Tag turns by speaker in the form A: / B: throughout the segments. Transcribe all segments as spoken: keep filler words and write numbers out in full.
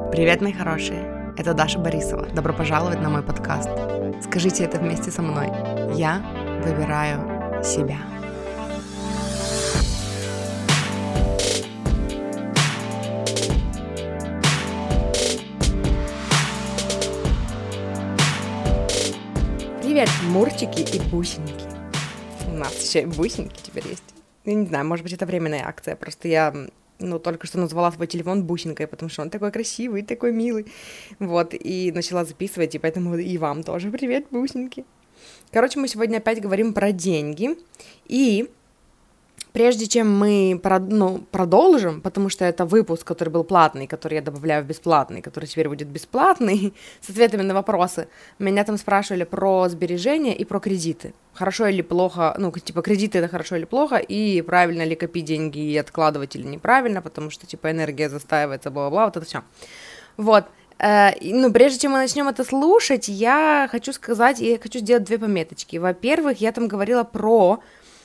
A: Привет, мои хорошие! Это Даша Борисова. Добро пожаловать на мой подкаст. Скажите это вместе со мной. Я выбираю себя. Привет, мурчики и бусинки. У нас еще и бусинки теперь есть. Я не знаю, может быть, это временная акция. Просто я, ну, только что назвала свой телефон бусинкой, потому что он такой красивый, такой милый. Вот, и начала записывать, и поэтому и вам тоже привет, бусинки. Короче, мы сегодня опять говорим про деньги. И прежде чем мы прод- ну, продолжим, потому что это выпуск, который был платный, который я добавляю в бесплатный, который теперь будет бесплатный, с ответами на вопросы, меня там спрашивали про сбережения и про кредиты. Хорошо или плохо, ну, типа, кредиты это хорошо или плохо, и правильно ли копить деньги и откладывать или неправильно, потому что, типа, энергия застаивается, бла-бла-бла, вот это все. Вот. Ну, прежде чем мы начнем это слушать, я хочу сказать, я хочу сделать две пометочки. Во-первых, я там говорила про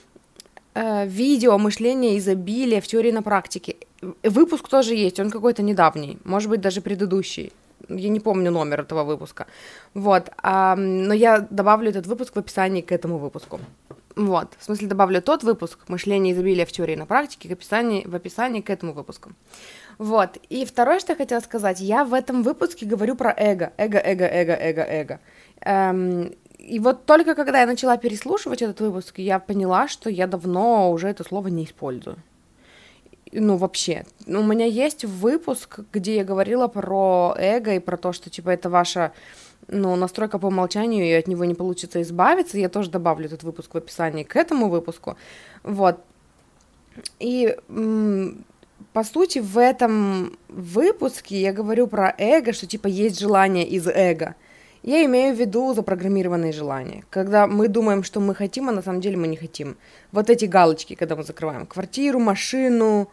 A: э, видео мышление изобилия в теории на практике. Выпуск тоже есть, он какой-то недавний, может быть, даже предыдущий. Я не помню номер этого выпуска. Вот. А, но я добавлю этот выпуск в описании к этому выпуску. Вот. В смысле, добавлю тот выпуск мышление изобилия в теории на практике к описании, в описании к этому выпуску. Вот, и второе, что я хотела сказать, я в этом выпуске говорю про эго, эго, эго, эго, эго, эго. Эм, и вот только когда я начала переслушивать этот выпуск, я поняла, что я давно уже это слово не использую. Ну, вообще. У меня есть выпуск, где я говорила про эго и про то, что, типа, это ваша, ну, настройка по умолчанию, и от него не получится избавиться. Я тоже добавлю этот выпуск в описании к этому выпуску. Вот. И... М- По сути, в этом выпуске я говорю про эго, что типа есть желание из эго. Я имею в виду запрограммированные желания, когда мы думаем, что мы хотим, а на самом деле мы не хотим. Вот эти галочки, когда мы закрываем квартиру, машину,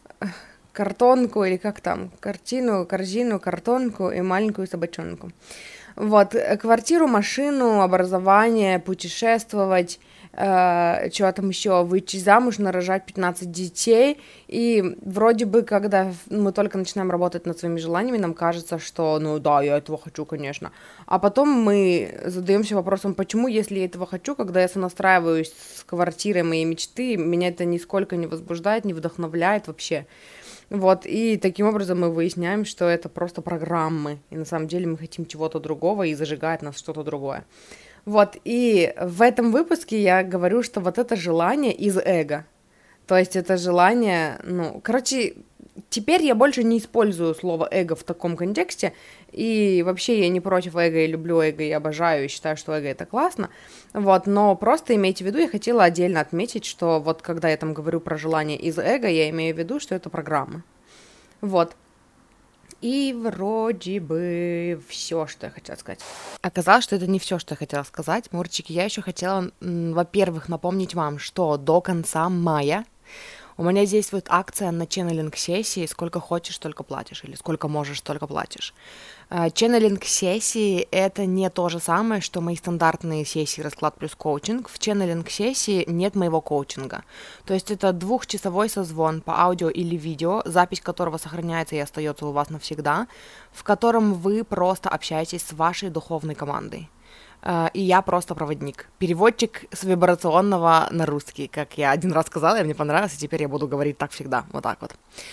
A: картонку или как там, картину, корзину, картонку и маленькую собачонку. Вот, квартиру, машину, образование, путешествовать, э, что там еще, выйти замуж, нарожать пятнадцать детей, и вроде бы, когда мы только начинаем работать над своими желаниями, нам кажется, что, ну да, я этого хочу, конечно, а потом мы задаемся вопросом, почему, если я этого хочу, когда я сонастраиваюсь с квартирой моей мечты, меня это нисколько не возбуждает, не вдохновляет вообще. Вот, и таким образом мы выясняем, что это просто программы, и на самом деле мы хотим чего-то другого, и зажигает нас что-то другое. Вот, и в этом выпуске я говорю, что вот это желание из эго, то есть это желание, ну, короче, теперь я больше не использую слово эго в таком контексте, и вообще я не против эго, и люблю эго, и обожаю, и считаю, что эго это классно, вот, но просто имейте в виду, я хотела отдельно отметить, что вот когда я там говорю про желание из эго, я имею в виду, что это программа, вот. И вроде бы все, что я хотела сказать. Оказалось, что это не все, что я хотела сказать. Мурчики, я еще хотела, м, во-первых, напомнить вам, что до конца мая у меня действует акция на ченнелинг-сессии «Сколько хочешь, столько платишь» или «Сколько можешь, столько платишь». Ченнелинг-сессии — это не то же самое, что мои стандартные сессии «Расклад плюс коучинг». В ченнелинг-сессии нет моего коучинга. То есть это двухчасовой созвон по аудио или видео, запись которого сохраняется и остается у вас навсегда, в котором вы просто общаетесь с вашей духовной командой. И я просто проводник, переводчик с вибрационного на русский, как я один раз сказала, и мне понравилось, и теперь я буду говорить так всегда, вот так вот.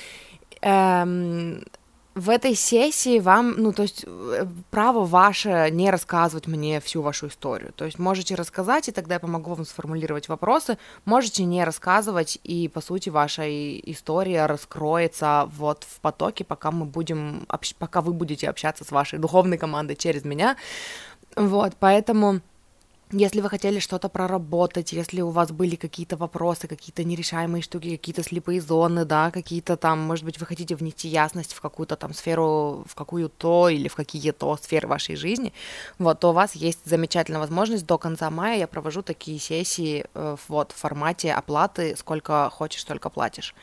A: Эм, в этой сессии вам, ну, то есть право ваше не рассказывать мне всю вашу историю, то есть можете рассказать, и тогда я помогу вам сформулировать вопросы, можете не рассказывать, и, по сути, ваша история раскроется вот в потоке, пока мы будем, общ- пока вы будете общаться с вашей духовной командой через меня. Вот, поэтому, если вы хотели что-то проработать, если у вас были какие-то вопросы, какие-то нерешаемые штуки, какие-то слепые зоны, да, какие-то там, может быть, вы хотите внести ясность в какую-то там сферу, в какую-то или в какие-то сферы вашей жизни, вот, то у вас есть замечательная возможность. До конца мая я провожу такие сессии э, вот, в формате оплаты «Сколько хочешь, столько платишь».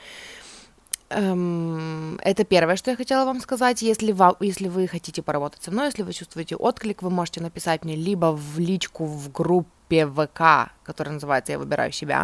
A: Эм, это первое, что я хотела вам сказать. Если, вам, если вы хотите поработать со мной, если вы чувствуете отклик, вы можете написать мне либо в личку в группе ВК, которая называется «Я выбираю себя»,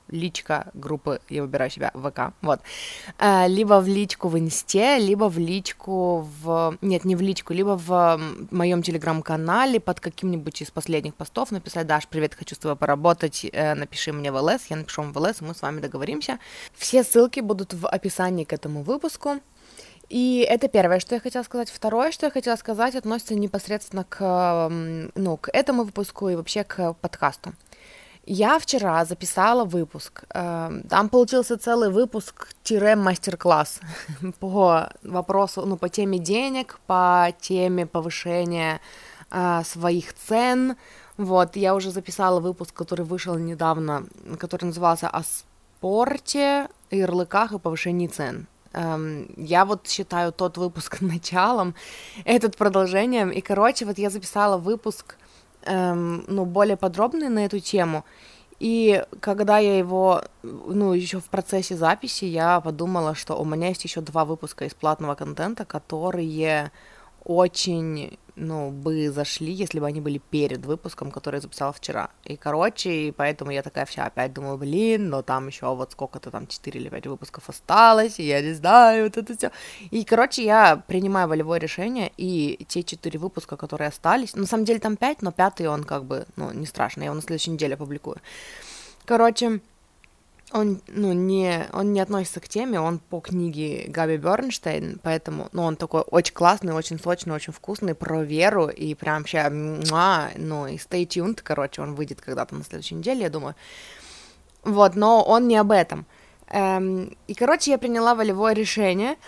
A: личка группы «Я выбираю себя» в ВК, вот, э, либо в личку в Инсте, либо в личку в... Нет, не в личку, либо в моем телеграм-канале под каким-нибудь из последних постов написать: «Даш, привет, хочу с тобой поработать, э, напиши мне в ЛС», я напишу вам в ЛС, и мы с вами договоримся. Все ссылки будут в описании к этому выпуску. И это первое, что я хотела сказать. Второе, что я хотела сказать, относится непосредственно к, ну, к этому выпуску и вообще к подкасту. Я вчера записала выпуск. Там получился целый выпуск-мастер-класс по вопросу, ну, по теме денег, по теме повышения своих цен. Вот, я уже записала выпуск, который вышел недавно, который назывался «О спорте, ярлыках и повышении цен». Я вот считаю тот выпуск началом, этот продолжением, и, короче, вот я записала выпуск, эм, ну, более подробный на эту тему, и когда я его, ну, еще в процессе записи, я подумала, что у меня есть еще два выпуска из платного контента, которые очень, ну, бы зашли, если бы они были перед выпуском, который я записала вчера. И, короче, и поэтому я такая вся опять думаю, блин, но там еще вот сколько-то там четыре или пять выпусков осталось, и я не знаю, вот это все. И, короче, я принимаю волевое решение, и те четыре выпуска, которые остались, на самом деле там пять, но пятый он как бы, ну, не страшно, я его на следующей неделе опубликую. Короче, он, ну, не, он не относится к теме, он по книге Габи Бернштейн, поэтому, ну, он такой очень классный, очень сочный, очень вкусный, про веру, и прям вообще, муа, ну, и stay tuned, короче, он выйдет когда-то на следующей неделе, я думаю. Вот, но он не об этом. Эм, и, короче, я приняла волевое решение,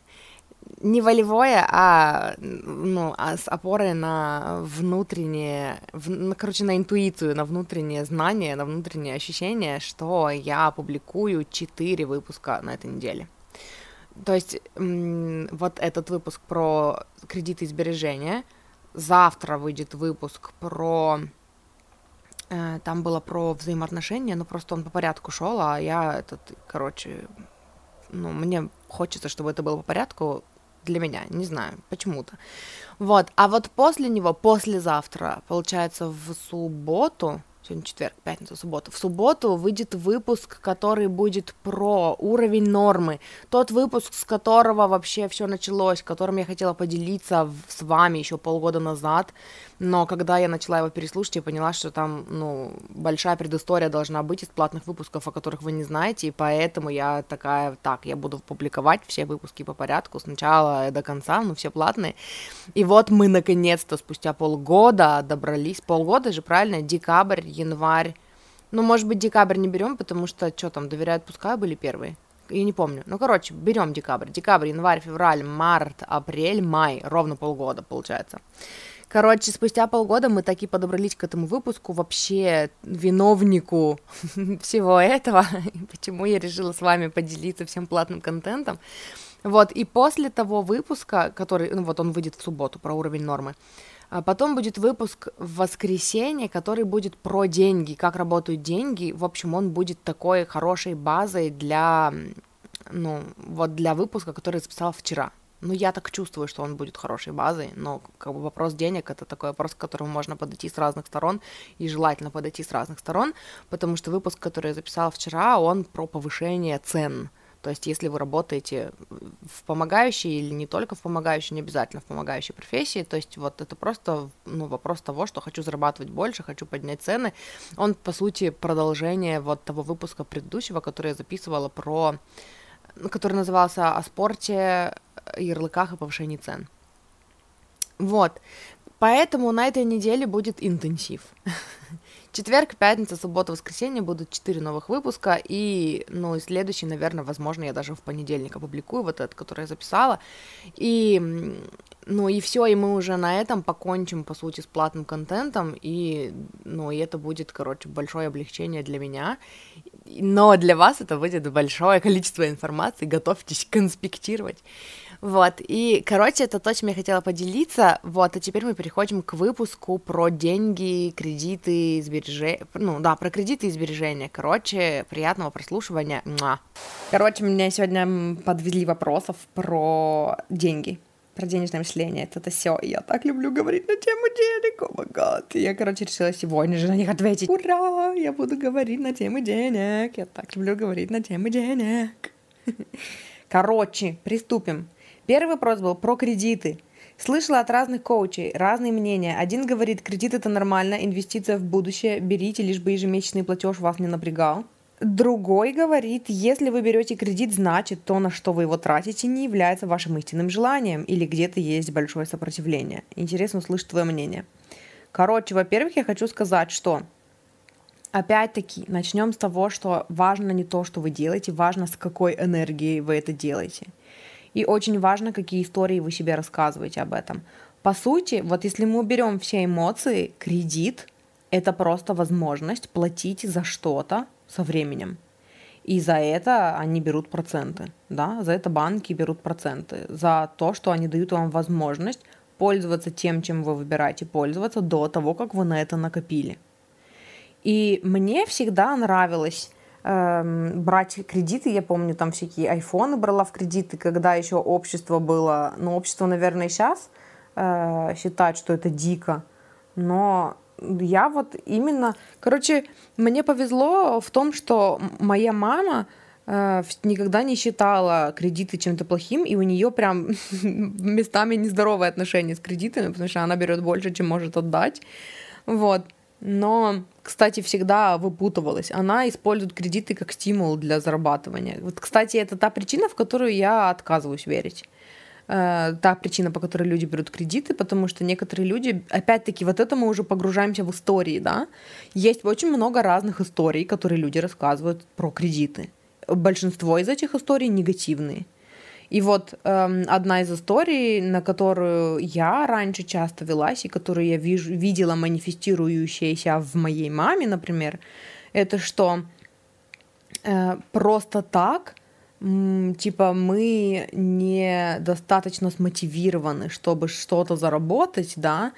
A: не волевое, а, ну, а с опорой на внутреннее, в, ну, короче, на интуицию, на внутреннее знание, на внутреннее ощущение, что я опубликую четыре выпуска на этой неделе. То есть м- вот этот выпуск про кредиты и сбережения, завтра выйдет выпуск про... Э, там было про взаимоотношения, но просто он по порядку шел, а я этот, короче, ну, мне хочется, чтобы это было по порядку, для меня, не знаю, почему-то. Вот, а вот после него, послезавтра, получается, в субботу, сегодня четверг, пятница, суббота, в субботу выйдет выпуск, который будет про уровень нормы, тот выпуск, с которого вообще все началось, которым я хотела поделиться с вами еще полгода назад, но когда я начала его переслушать, я поняла, что там, ну, большая предыстория должна быть из платных выпусков, о которых вы не знаете, и поэтому я такая, так, я буду публиковать все выпуски по порядку, сначала до конца, ну, все платные, и вот мы, наконец-то, спустя полгода добрались, полгода же, правильно, декабрь, январь, ну, может быть, декабрь не берем, потому что, что там, доверяют, пускай были первые, я не помню, ну, короче, берем декабрь, декабрь, январь, февраль, март, апрель, май, ровно полгода, получается. Короче, спустя полгода мы таки подобрались к этому выпуску, вообще виновнику всего этого, почему я решила с вами поделиться всем платным контентом. Вот, и после того выпуска, который, ну, вот он выйдет в субботу, про уровень нормы, а потом будет выпуск в воскресенье, который будет про деньги, как работают деньги. В общем, он будет такой хорошей базой для, ну, вот для выпуска, который я записала вчера. Ну, я так чувствую, что он будет хорошей базой, но как бы вопрос денег — это такой вопрос, к которому можно подойти с разных сторон, и желательно подойти с разных сторон, потому что выпуск, который я записала вчера, он про повышение цен. То есть, если вы работаете в помогающей или не только в помогающей, не обязательно в помогающей профессии, то есть вот это просто, ну, вопрос того, что хочу зарабатывать больше, хочу поднять цены. Он, по сути, продолжение вот того выпуска предыдущего, который я записывала про... который назывался «О спорте, ярлыках и повышении цен». Вот. Поэтому на этой неделе будет интенсив. Четверг, пятница, суббота, воскресенье будут четыре новых выпуска, и, ну, и следующий, наверное, возможно, я даже в понедельник опубликую вот этот, который я записала, и, ну, и все, и мы уже на этом покончим, по сути, с платным контентом, и, ну, и это будет, короче, большое облегчение для меня, но для вас это будет большое количество информации, готовьтесь конспектировать. Вот, и, короче, это то, чем я хотела поделиться, вот, а теперь мы переходим к выпуску про деньги, кредиты, сбережения, ну, да, про кредиты и сбережения, короче, приятного прослушивания. Муа. Короче, меня сегодня подвезли вопросов про деньги, про денежное мышление, это все. Я так люблю говорить на тему денег, о май гад. Я, короче, решила сегодня же на них ответить. Ура, я буду говорить на тему денег. Я так люблю говорить на тему денег. Короче, приступим. Первый вопрос был про кредиты. Слышала от разных коучей разные мнения. Один говорит, кредит это нормально, инвестиция в будущее, берите, лишь бы ежемесячный платеж вас не напрягал. Другой говорит, если вы берете кредит, значит, то, на что вы его тратите, не является вашим истинным желанием или где-то есть большое сопротивление. Интересно услышать твое мнение. Короче, во-первых, я хочу сказать, что опять-таки начнем с того, что важно не то, что вы делаете, важно, с какой энергией вы это делаете. И очень важно, какие истории вы себе рассказываете об этом. По сути, вот если мы уберем все эмоции, кредит – это просто возможность платить за что-то со временем. И за это они берут проценты, да, за это банки берут проценты, за то, что они дают вам возможность пользоваться тем, чем вы выбираете пользоваться до того, как вы на это накопили. И мне всегда нравилось эм, брать кредиты, я помню, там всякие айфоны брала в кредиты, когда еще общество было, ну, общество, наверное, сейчас э, считает, что это дико, но я вот именно... Короче, мне повезло в том, что моя мама э, никогда не считала кредиты чем-то плохим, и у нее прям местами нездоровые отношения с кредитами, потому что она берет больше, чем может отдать. Вот. Но, кстати, всегда выпутывалась. Она использует кредиты как стимул для зарабатывания. Вот, кстати, это та причина, в которую я отказываюсь верить. Та причина, по которой люди берут кредиты, потому что некоторые люди, опять-таки, вот это мы уже погружаемся в истории, да, есть очень много разных историй, которые люди рассказывают про кредиты. Большинство из этих историй негативные. И вот эм, одна из историй, на которую я раньше часто велась, и которую я вижу, видела манифестирующаяся в моей маме, например, это что э, просто так типа мы недостаточно смотивированы, чтобы что-то заработать, да,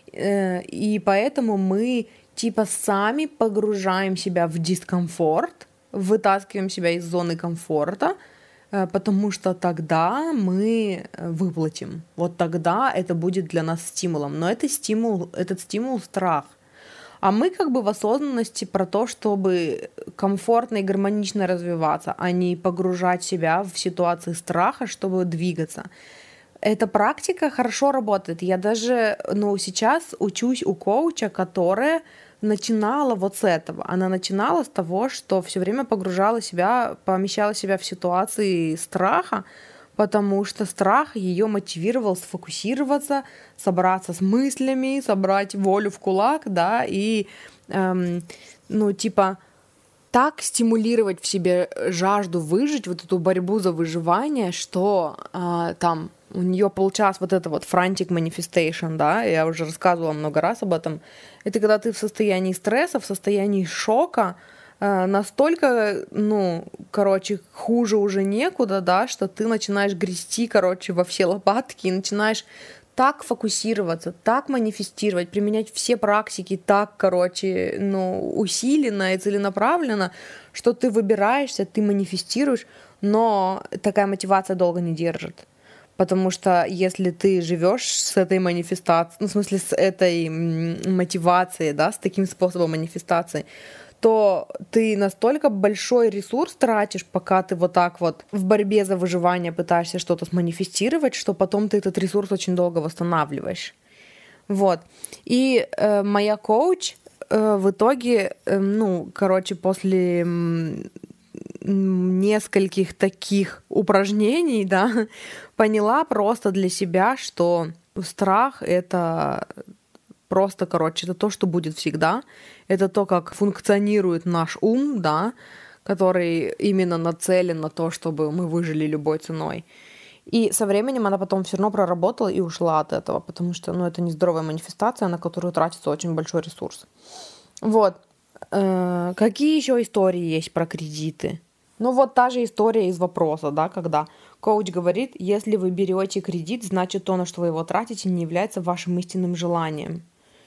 A: и поэтому мы типа сами погружаем себя в дискомфорт, вытаскиваем себя из зоны комфорта, потому что тогда мы выплатим. Вот тогда это будет для нас стимулом. Но это стимул, этот стимул страх. А мы как бы в осознанности про то, чтобы комфортно и гармонично развиваться, а не погружать себя в ситуации страха, чтобы двигаться. Эта практика хорошо работает. Я даже, ну, сейчас учусь у коуча, которая начинала вот с этого. Она начинала с того, что все время погружала себя, помещала себя в ситуации страха, потому что страх ее мотивировал сфокусироваться, собраться с мыслями, собрать волю в кулак, да, и, эм, ну, типа, так стимулировать в себе жажду выжить, вот эту борьбу за выживание, что э, там у нее получалось вот это вот frantic manifestation, да, я уже рассказывала много раз об этом. Это когда ты в состоянии стресса, в состоянии шока, настолько, ну, короче, хуже уже некуда, да, что ты начинаешь грести, короче, во все лопатки и начинаешь так фокусироваться, так манифестировать, применять все практики так, короче, ну, усиленно и целенаправленно, что ты выбираешься, ты манифестируешь, но такая мотивация долго не держит. Потому что если ты живешь с этой манифестацией, ну, в смысле, с этой мотивацией, да, с таким способом манифестации, то ты настолько большой ресурс тратишь, пока ты вот так вот в борьбе за выживание пытаешься что-то сманифестировать, что потом ты этот ресурс очень долго восстанавливаешь. Вот. И э, моя коуч э, в итоге, э, ну, короче, после м, нескольких таких упражнений, да, поняла просто для себя, что страх — это просто, короче, это то, что будет всегда. Это то, как функционирует наш ум, да, который именно нацелен на то, чтобы мы выжили любой ценой. И со временем она потом все равно проработала и ушла от этого, потому что, ну, это нездоровая манифестация, на которую тратится очень большой ресурс. Вот. Э-э- какие еще истории есть про кредиты? Ну, вот та же история из вопроса, да, когда коуч говорит, если вы берете кредит, значит, то, на что вы его тратите, не является вашим истинным желанием.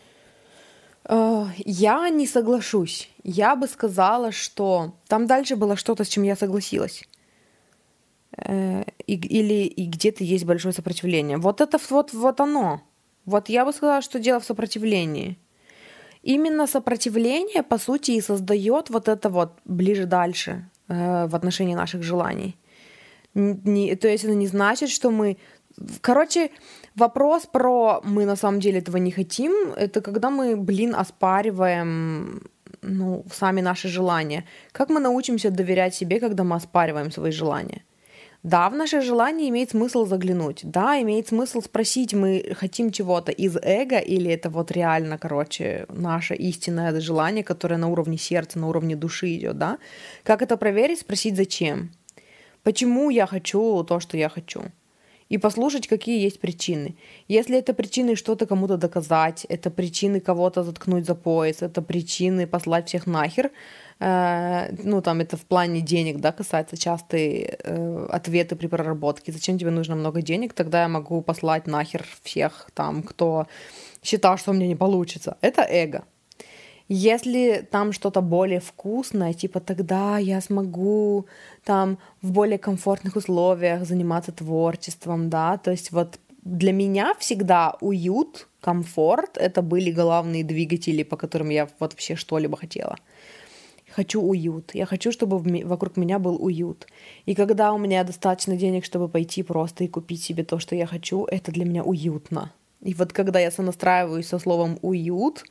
A: Я не соглашусь. Я бы сказала, что там дальше было что-то, с чем я согласилась. э, и, или и где-то есть большое сопротивление. Вот это вот, вот оно. Вот я бы сказала, что дело в сопротивлении. Именно сопротивление, по сути, и создает вот это вот ближе-дальше э, в отношении наших желаний. Не, то есть это не значит, что мы... Короче, вопрос про «мы на самом деле этого не хотим» — это когда мы, блин, оспариваем, ну, сами наши желания. Как мы научимся доверять себе, когда мы оспариваем свои желания? Да, в наше желание имеет смысл заглянуть. Да, имеет смысл спросить, мы хотим чего-то из эго или это вот реально, короче, наше истинное желание, которое на уровне сердца, на уровне души идет, да? Как это проверить? Спросить, зачем? Почему я хочу то, что я хочу? И послушать, какие есть причины. Если это причины что-то кому-то доказать, это причины кого-то заткнуть за пояс, это причины послать всех нахер, э, ну, там, это в плане денег, да, касается частые э, ответы при проработке. Зачем тебе нужно много денег? Тогда я могу послать нахер всех там, кто считал, что у меня не получится. Это эго. Если там что-то более вкусное, типа тогда я смогу там в более комфортных условиях заниматься творчеством, да, то есть вот для меня всегда уют, комфорт — это были главные двигатели, по которым я вот вообще что-либо хотела. Хочу уют, я хочу, чтобы вокруг меня был уют. И когда у меня достаточно денег, чтобы пойти просто и купить себе то, что я хочу, это для меня уютно. И вот когда я сонастраиваюсь со словом «уют»,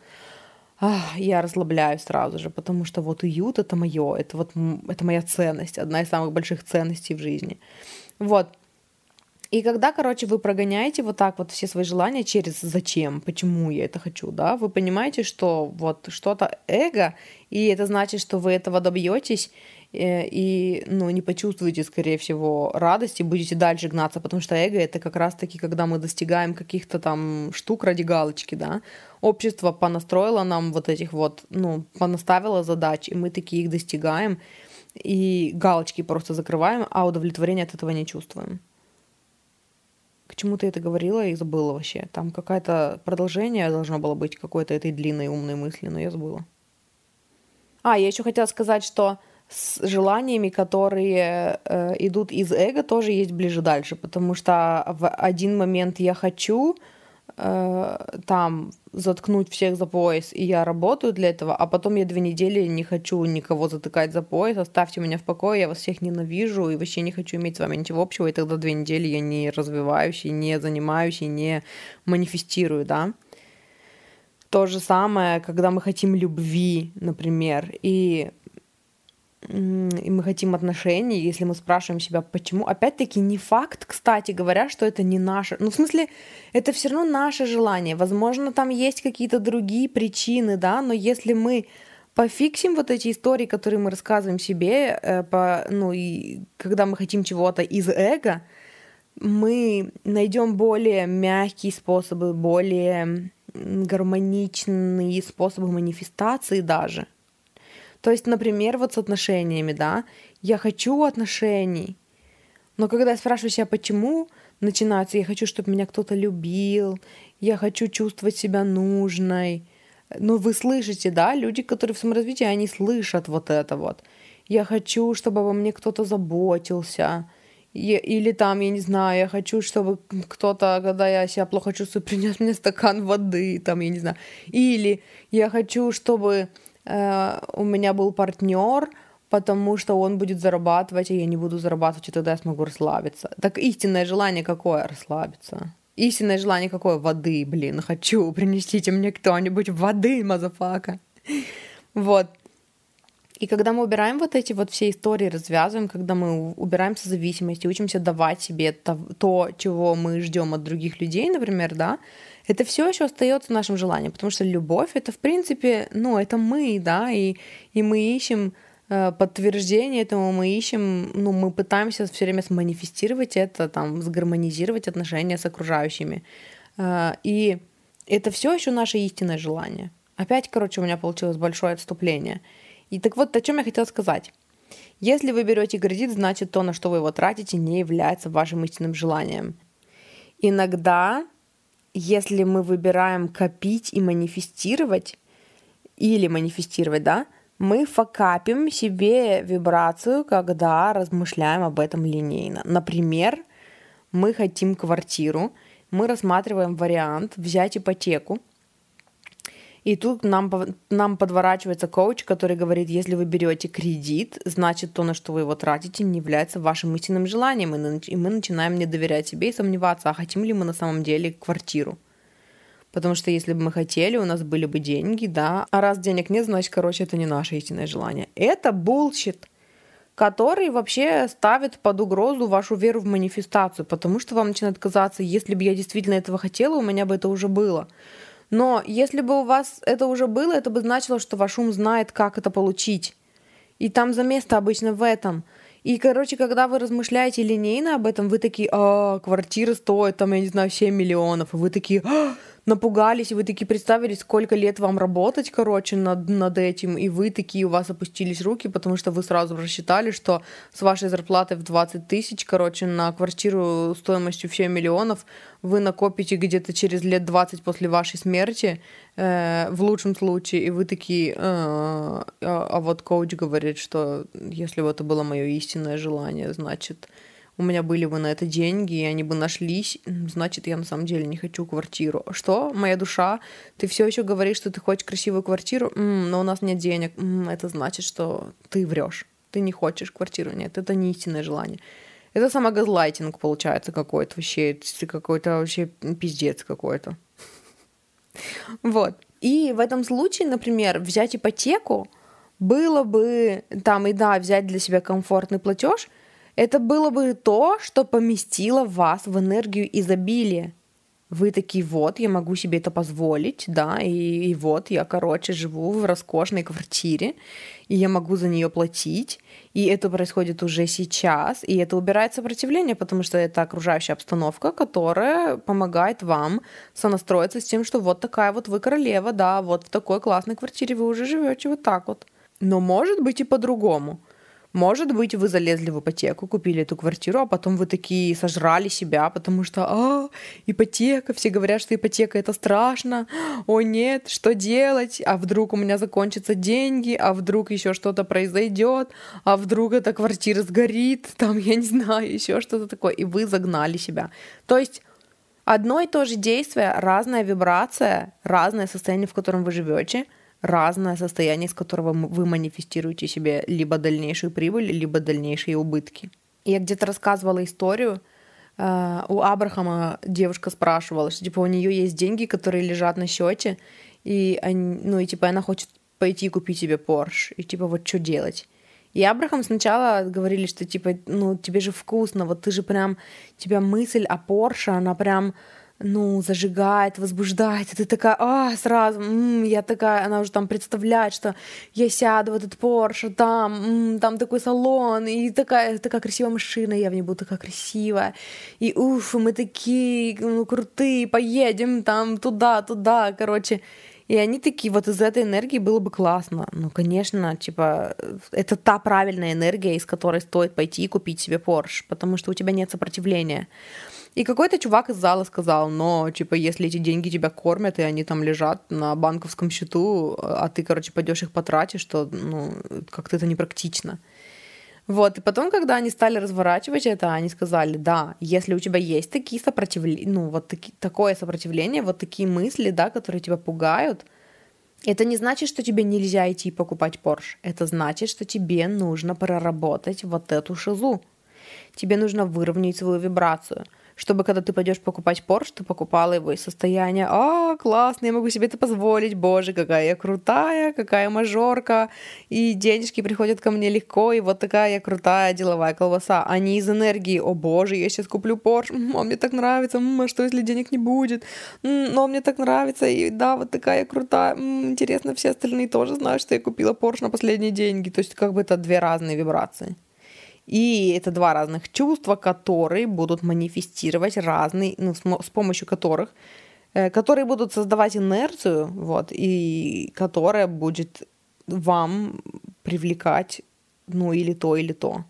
A: я расслабляюсь сразу же, потому что вот уют — это моё, это вот это моя ценность, одна из самых больших ценностей в жизни. Вот. И когда, короче, вы прогоняете вот так вот все свои желания через «зачем?», «почему я это хочу?», да, вы понимаете, что вот что-то эго, и это значит, что вы этого добьетесь, и, ну, не почувствуете, скорее всего, радости, будете дальше гнаться, потому что эго — это как раз-таки, когда мы достигаем каких-то там штук ради галочки, да. Общество понастроило нам вот этих вот, ну, понаставило задач, и мы такие их достигаем, и галочки просто закрываем, а удовлетворения от этого не чувствуем. К чему ты это говорила и забыла вообще. Там какое-то продолжение должно было быть какой-то этой длинной умной мысли, но я забыла. А, я еще хотела сказать, что с желаниями, которые э, идут из эго, тоже есть ближе дальше, потому что в один момент я хочу э, там заткнуть всех за пояс, и я работаю для этого, а потом я две недели не хочу никого затыкать за пояс, оставьте меня в покое, я вас всех ненавижу и вообще не хочу иметь с вами ничего общего, и тогда две недели я не развиваюсь, и не занимаюсь, и не манифестирую, да. То же самое, когда мы хотим любви, например, и и мы хотим отношений, если мы спрашиваем себя, почему, опять-таки не факт, кстати говоря, что это не наше, ну, в смысле, это все равно наше желание, возможно, там есть какие-то другие причины, да, но если мы пофиксим вот эти истории, которые мы рассказываем себе, э, по, ну, и когда мы хотим чего-то из эго, мы найдем более мягкие способы, более гармоничные способы манифестации даже. То есть, например, вот с отношениями, да, я хочу отношений, но когда я спрашиваю себя, почему, начинается, я хочу, чтобы меня кто-то любил, я хочу чувствовать себя нужной. Ну, вы слышите, да, люди, которые в саморазвитии, они слышат вот это вот. Я хочу, чтобы обо мне кто-то заботился. Или там, я не знаю, я хочу, чтобы кто-то, когда я себя плохо чувствую, принес мне стакан воды, там, я не знаю. Или я хочу, чтобы у меня был партнер, потому что он будет зарабатывать, а я не буду зарабатывать, и тогда я смогу расслабиться. Так истинное желание какое? Расслабиться. Истинное желание какое? Воды, блин, хочу. Принесите мне кто-нибудь воды, мазафака. Вот. И когда мы убираем вот эти вот все истории, развязываем, когда мы убираем созависимость и учимся давать себе то, то, чего мы ждем от других людей, например, да, это все еще остается нашим желанием, потому что любовь — это, в принципе, ну, это мы, да, и, и мы ищем э, подтверждение этому, мы ищем, ну, мы пытаемся все время сманифестировать это, там, сгармонизировать отношения с окружающими. Э, и это все еще наше истинное желание. Опять, короче, у меня получилось большое отступление. И так вот, о чем я хотела сказать. Если вы берете кредит, значит, то, на что вы его тратите, не является вашим истинным желанием. Иногда, если мы выбираем копить и манифестировать, или манифестировать, да, Мы факапим себе вибрацию, когда размышляем об этом линейно. Например, мы хотим квартиру, мы рассматриваем вариант взять ипотеку, и тут нам, нам подворачивается коуч, который говорит, если вы берете кредит, значит то, на что вы его тратите, не является вашим истинным желанием, и мы начинаем не доверять себе и сомневаться, а хотим ли мы на самом деле квартиру. Потому что если бы мы хотели, у нас были бы деньги, да, а раз денег нет, значит, короче, это не наше истинное желание. Это bullshit, который вообще ставит под угрозу вашу веру в манифестацию, потому что вам начинает казаться, если бы я действительно этого хотела, у меня бы это уже было. Но если бы у вас это уже было, это бы значило, что ваш ум знает, как это получить. И там замес обычно в этом. И, короче, когда вы размышляете линейно об этом, вы такие, а, квартира стоит, там, я не знаю, семь миллионов. И вы такие, а, напугались, и вы такие представили, сколько лет вам работать, короче, над, над этим. И вы такие, у вас опустились руки, потому что вы сразу рассчитали, что с вашей зарплатой в двадцать тысяч, короче, на квартиру стоимостью в семь миллионов вы накопите где-то через лет двадцать после вашей смерти, э, в лучшем случае, и вы такие, а, а, а вот коуч говорит, что если бы это было мое истинное желание, значит, у меня были бы на это деньги, и они бы нашлись, значит, я на самом деле не хочу квартиру. Что, моя душа, ты все еще говоришь, что ты хочешь красивую квартиру, М, но у нас нет денег. М, это значит, что ты врешь, ты не хочешь квартиру, нет, это не истинное желание. Это самогазлайтинг получается какой-то вообще, это какой-то вообще пиздец какой-то. Вот. И в этом случае, например, взять ипотеку было бы, там, и да, взять для себя комфортный платеж, это было бы то, что поместило вас в энергию изобилия. Вы такие, вот, я могу себе это позволить, да, и, и вот я, короче, живу в роскошной квартире, и я могу за нее платить, и это происходит уже сейчас, и это убирает сопротивление, потому что это окружающая обстановка, которая помогает вам сонастроиться с тем, что вот такая вот вы королева, да, вот в такой классной квартире вы уже живете вот так вот. Но может быть и по-другому. Может быть, вы залезли в ипотеку, купили эту квартиру, а потом вы такие сожрали себя, потому что, а, ипотека, все говорят, что ипотека — это страшно, о нет, что делать, а вдруг у меня закончатся деньги, а вдруг еще что-то произойдет, а вдруг эта квартира сгорит, там, я не знаю, еще что-то такое, и вы загнали себя. То есть одно и то же действие, разная вибрация, разное состояние, в котором вы живете, разное состояние, из которого вы манифестируете себе либо дальнейшую прибыль, либо дальнейшие убытки. Я где-то рассказывала историю, э, у Абрахама девушка спрашивала, что типа у нее есть деньги, которые лежат на счете, и, они, ну, и типа она хочет пойти купить себе Порш, и типа вот что делать? И Абрахам сначала говорили, что типа, ну, тебе же вкусно, вот ты же прям, тебя мысль о Порше, она прям, ну, зажигает, возбуждает, и ты такая, а, сразу, м-м, я такая, она уже там представляет, что я сяду в этот Порш, там, м-м, там такой салон, и такая, такая красивая машина, я в ней буду такая красивая, и уф, мы такие, ну, крутые, поедем там туда, туда, короче. И они такие, вот из этой энергии было бы классно. Ну, конечно, типа, это та правильная энергия, из которой стоит пойти и купить себе Порш, потому что у тебя нет сопротивления. И какой-то чувак из зала сказал, но, типа, если эти деньги тебя кормят, и они там лежат на банковском счету, а ты, короче, пойдешь их потратишь, то, ну, как-то это непрактично. Вот, и потом, когда они стали разворачивать это, они сказали, да, если у тебя есть такие сопротивления, ну, вот таки, такое сопротивление, вот такие мысли, да, которые тебя пугают, это не значит, что тебе нельзя идти покупать Порш. Это значит, что тебе нужно проработать вот эту шизу. Тебе нужно выровнять свою вибрацию, чтобы когда ты пойдешь покупать Порш, ты покупала его из состояния «А, классно, я могу себе это позволить, боже, какая я крутая, какая мажорка, и денежки приходят ко мне легко, и вот такая я крутая деловая колбаса», а не из энергии «О боже, я сейчас куплю Порш, м, он мне так нравится, м, а что если денег не будет, м, но мне так нравится, и да, вот такая я крутая, м, интересно, все остальные тоже знают, что я купила Порш на последние деньги», то есть как бы это две разные вибрации. И это два разных чувства, которые будут манифестировать разные, ну, с помощью которых, э, которые будут создавать инерцию, вот, и которая будет вам привлекать, ну, или то, или то.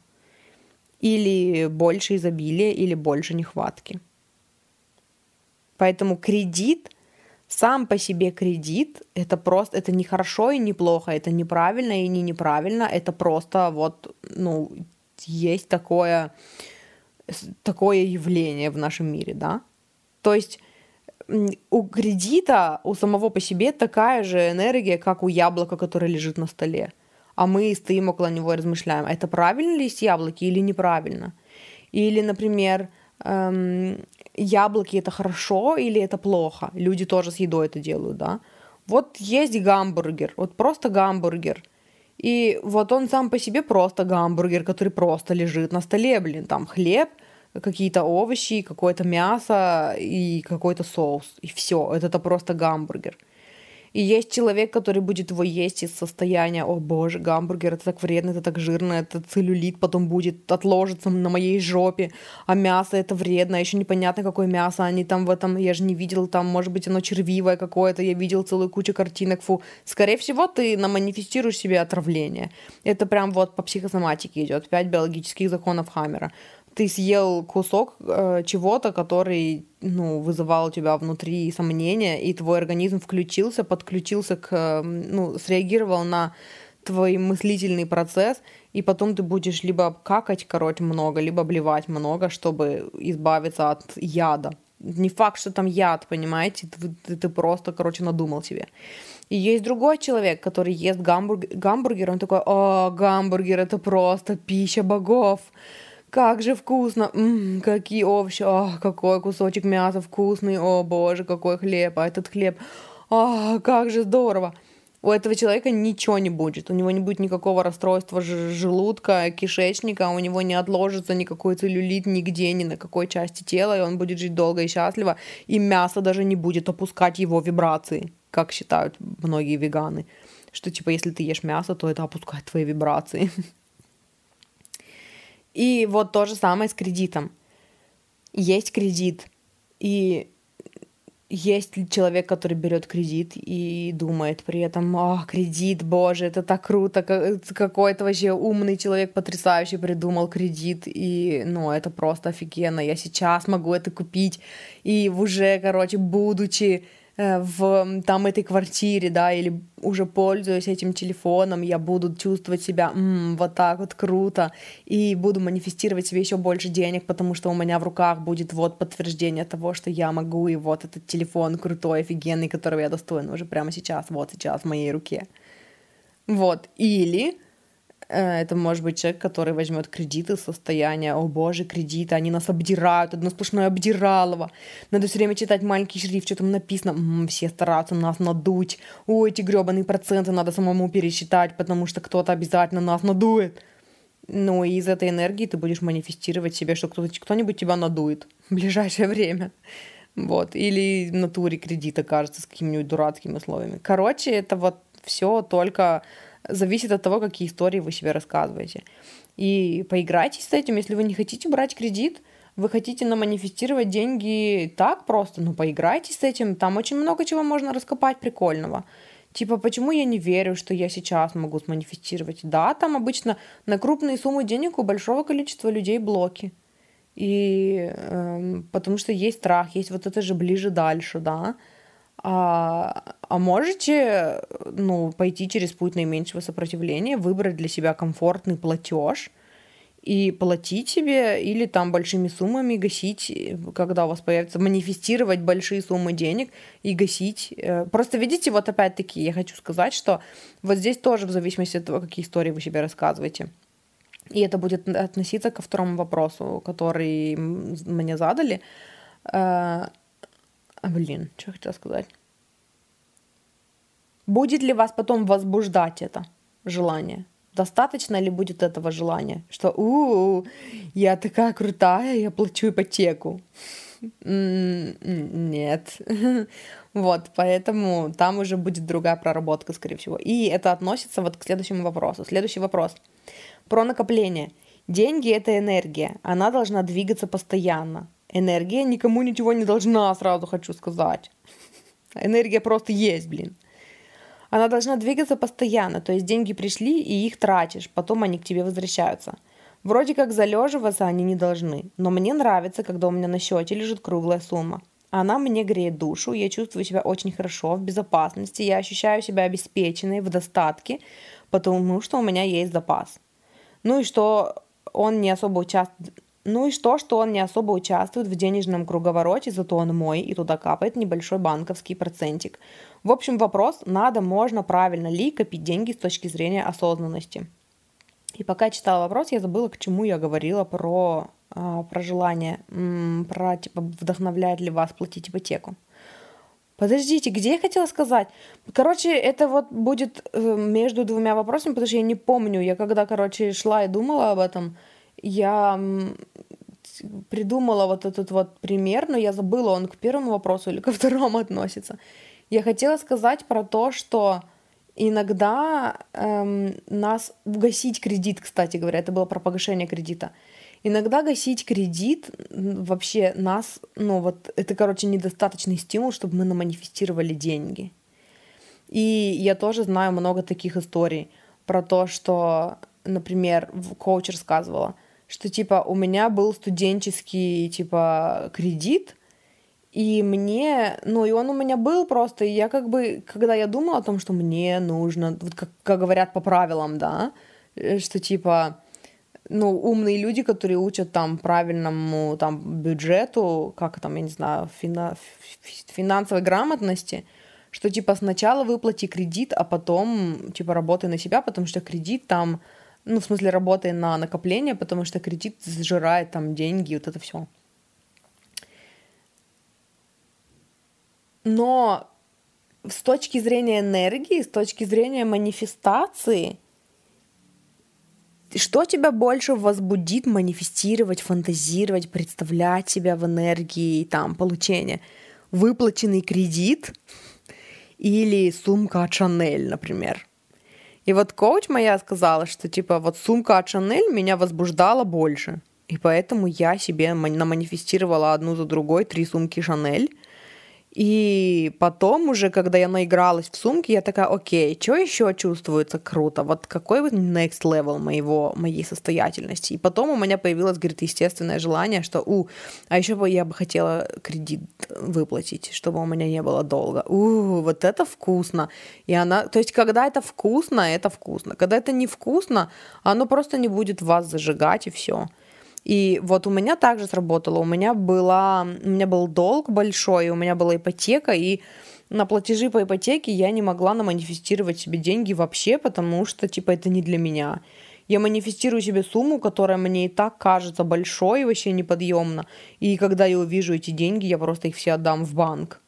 A: Или больше изобилия, или больше нехватки. Поэтому кредит Сам по себе кредит — это просто, это не хорошо и не плохо, это неправильно и не неправильно, это просто вот, ну, есть такое, такое явление в нашем мире, да. То есть у кредита, у самого по себе такая же энергия, как у яблока, которое лежит на столе. А мы стоим около него и размышляем, это правильно ли есть яблоки или неправильно. Или, например, эм, яблоки это хорошо или это плохо. Люди тоже с едой это делают, да. Вот есть гамбургер, вот просто гамбургер. И вот он сам по себе просто гамбургер, который просто лежит на столе, блин, там хлеб, какие-то овощи, какое-то мясо и какой-то соус. И все, это, это просто гамбургер. И есть человек, который будет его есть из состояния: о боже, гамбургер, это так вредно, это так жирно, это целлюлит потом будет отложиться на моей жопе, а мясо это вредно, еще непонятно, какое мясо они там в этом, я же не видел, там, может быть, оно червивое какое-то, я видел целую кучу картинок, фу. Скорее всего, ты наманифестируешь себе отравление. Это прям вот по психосоматике идет, пять биологических законов Хаммера. Ты съел кусок э, чего-то, который, ну, вызывал у тебя внутри сомнения, и твой организм включился, подключился к, э, ну, среагировал на твой мыслительный процесс, и потом ты будешь либо какать, короче, много, либо блевать много, чтобы избавиться от яда. Не факт, что там яд, понимаете, ты, ты, ты просто, короче, надумал себе. И есть другой человек, который ест гамбург, гамбургер, он такой: о, гамбургер, это просто пища богов. Как же вкусно, м-м, какие овощи, о, какой кусочек мяса вкусный, о боже, какой хлеб, а этот хлеб, о, как же здорово. У этого человека ничего не будет, у него не будет никакого расстройства желудка, кишечника, у него не отложится никакой целлюлит нигде, ни на какой части тела, и он будет жить долго и счастливо, и мясо даже не будет опускать его вибрации, как считают многие веганы, что типа если ты ешь мясо, то это опускает твои вибрации. И вот то же самое с кредитом. Есть кредит, и есть человек, который берет кредит и думает при этом: о, кредит, боже, это так круто, какой-то вообще умный человек, потрясающий придумал кредит, и, ну, это просто офигенно, я сейчас могу это купить, и уже, короче, будучи в там этой квартире, да, или уже пользуясь этим телефоном, я буду чувствовать себя м-м, вот так вот круто, и буду манифестировать себе еще больше денег, потому что у меня в руках будет вот подтверждение того, что я могу, и вот этот телефон крутой, офигенный, которого я достоин уже прямо сейчас, вот сейчас в моей руке. Вот, или это может быть человек, который возьмет кредит из состояния: о боже, кредиты, они нас обдирают, одно сплошное обдиралово. Надо все время читать маленький шрифт, что там написано, м-м, все стараются нас надуть. Ой, эти гребаные проценты надо самому пересчитать, потому что кто-то обязательно нас надует. Ну и из этой энергии ты будешь манифестировать себе, что кто-то, кто-нибудь тебя надует в ближайшее время. Вот. Или в натуре кредит окажется с какими-нибудь дурацкими условиями. Короче, это вот все только зависит от того, какие истории вы себе рассказываете. И поиграйтесь с этим, если вы не хотите брать кредит, вы хотите наманифестировать деньги так просто, ну поиграйтесь с этим, там очень много чего можно раскопать прикольного. Типа, почему я не верю, что я сейчас могу сманифестировать? Да, там обычно на крупные суммы денег у большого количества людей блоки. И э, потому что есть страх, есть вот это же ближе-дальше, да. А, а можете, ну, пойти через путь наименьшего сопротивления, выбрать для себя комфортный платеж и платить себе, или там большими суммами гасить, когда у вас появится, манифестировать большие суммы денег и гасить. Просто видите, вот опять-таки я хочу сказать, что вот здесь тоже в зависимости от того, какие истории вы себе рассказываете. И это будет относиться ко второму вопросу, который мне задали. А, блин, что я хотела сказать? Будет ли вас потом возбуждать это желание? Достаточно ли будет этого желания? Что, у-у-у, я такая крутая, я плачу ипотеку. Нет. Вот, поэтому там уже будет другая проработка, скорее всего. И это относится вот к следующему вопросу. Следующий вопрос. Про накопление. Деньги — это энергия. Она должна двигаться постоянно. Энергия никому ничего не должна, сразу хочу сказать. Энергия просто есть, блин. Она должна двигаться постоянно, то есть деньги пришли, и их тратишь, потом они к тебе возвращаются. Вроде как залеживаться они не должны, но мне нравится, когда у меня на счете лежит круглая сумма. Она мне греет душу, я чувствую себя очень хорошо, в безопасности, я ощущаю себя обеспеченной, в достатке, потому что у меня есть запас. Ну и что он не особо участвует... Ну и что, что он не особо участвует в денежном круговороте, зато он мой, и туда капает небольшой банковский процентик. В общем, вопрос, надо, можно, правильно ли копить деньги с точки зрения осознанности. И пока я читала вопрос, я забыла, к чему я говорила про, а, про желание, м, про, типа, вдохновляет ли вас платить ипотеку. Подождите, где я хотела сказать? Короче, это вот будет э, между двумя вопросами, потому что я не помню. Я когда, короче, шла и думала об этом, я м, придумала вот этот вот пример, но я забыла, он к первому вопросу или ко второму относится. Я хотела сказать про то, что иногда эм, нас гасить кредит, кстати говоря, это было про погашение кредита. Иногда гасить кредит вообще нас, ну вот, это, короче, недостаточный стимул, чтобы мы наманифестировали деньги. И я тоже знаю много таких историй про то, что, например, коуч рассказывала, что, типа, у меня был студенческий, типа, кредит, и мне, ну, и он у меня был просто, и я как бы, когда я думала о том, что мне нужно, вот как, как говорят по правилам, да, что, типа, ну, умные люди, которые учат там правильному там бюджету, как там, я не знаю, фина... финансовой грамотности, что типа сначала выплати кредит, а потом типа работай на себя, потому что кредит там, ну, в смысле работай на накопление, потому что кредит сжирает там деньги, вот это все. Но с точки зрения энергии, с точки зрения манифестации, что тебя больше возбудит манифестировать, фантазировать, представлять себя в энергии там, получения? Выплаченный кредит или сумка от Шанель, например? И вот коуч моя сказала, что типа вот сумка от Шанель меня возбуждала больше. И поэтому я себе наманифестировала одну за другой три сумки Шанель. И потом уже, когда я наигралась в сумки, я такая, окей, что еще чувствуется круто? Вот какой вот next level моего, моей состоятельности? И потом у меня появилось, говорит, естественное желание, что, у, а еще бы я бы хотела кредит выплатить, чтобы у меня не было долга. У, вот это вкусно. И она, то есть, когда это вкусно, это вкусно. Когда это невкусно, оно просто не будет вас зажигать, и все. И вот у меня также сработало. У меня, была, у меня был долг большой, и у меня была ипотека, и на платежи по ипотеке я не могла наманифестировать себе деньги вообще, потому что, типа, это не для меня. Я манифестирую себе сумму, которая мне и так кажется большой и вообще неподъемна. И когда я увижу эти деньги, я просто их все отдам в банк.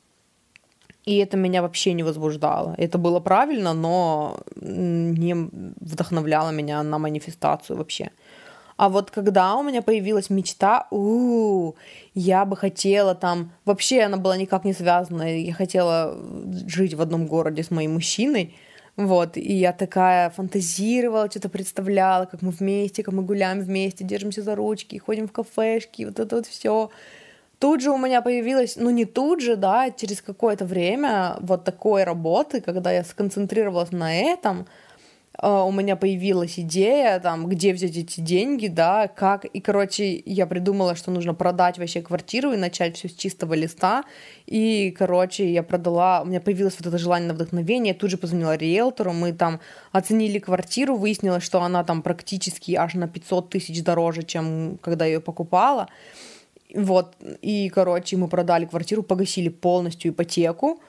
A: И это меня вообще не возбуждало. Это было правильно, но не вдохновляло меня на манифестацию вообще. А вот когда у меня появилась мечта, у-у-у, я бы хотела там... Вообще она была никак не связана. Я хотела жить в одном городе с моим мужчиной. Вот. И я такая фантазировала, что-то представляла, как мы вместе, как мы гуляем вместе, держимся за ручки, ходим в кафешки, вот это вот все. Тут же у меня появилась, ну не тут же, да, через какое-то время вот такой работы, когда я сконцентрировалась на этом, у меня появилась идея, там, где взять эти деньги, да, как, и, короче, я придумала, что нужно продать вообще квартиру и начать все с чистого листа, и, короче, я продала, у меня появилось вот это желание на вдохновение, я тут же позвонила риэлтору, мы там оценили квартиру, выяснилось, что она там практически аж на пятьсот тысяч дороже, чем когда я ее покупала, вот, и, короче, мы продали квартиру, погасили полностью ипотеку,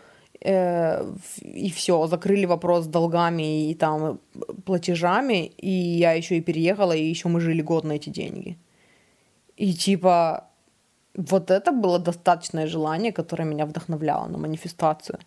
A: и все, закрыли вопрос с долгами и там платежами, и я еще и переехала, и еще мы жили год на эти деньги. И типа вот это было достаточное желание, которое меня вдохновляло на манифестацию.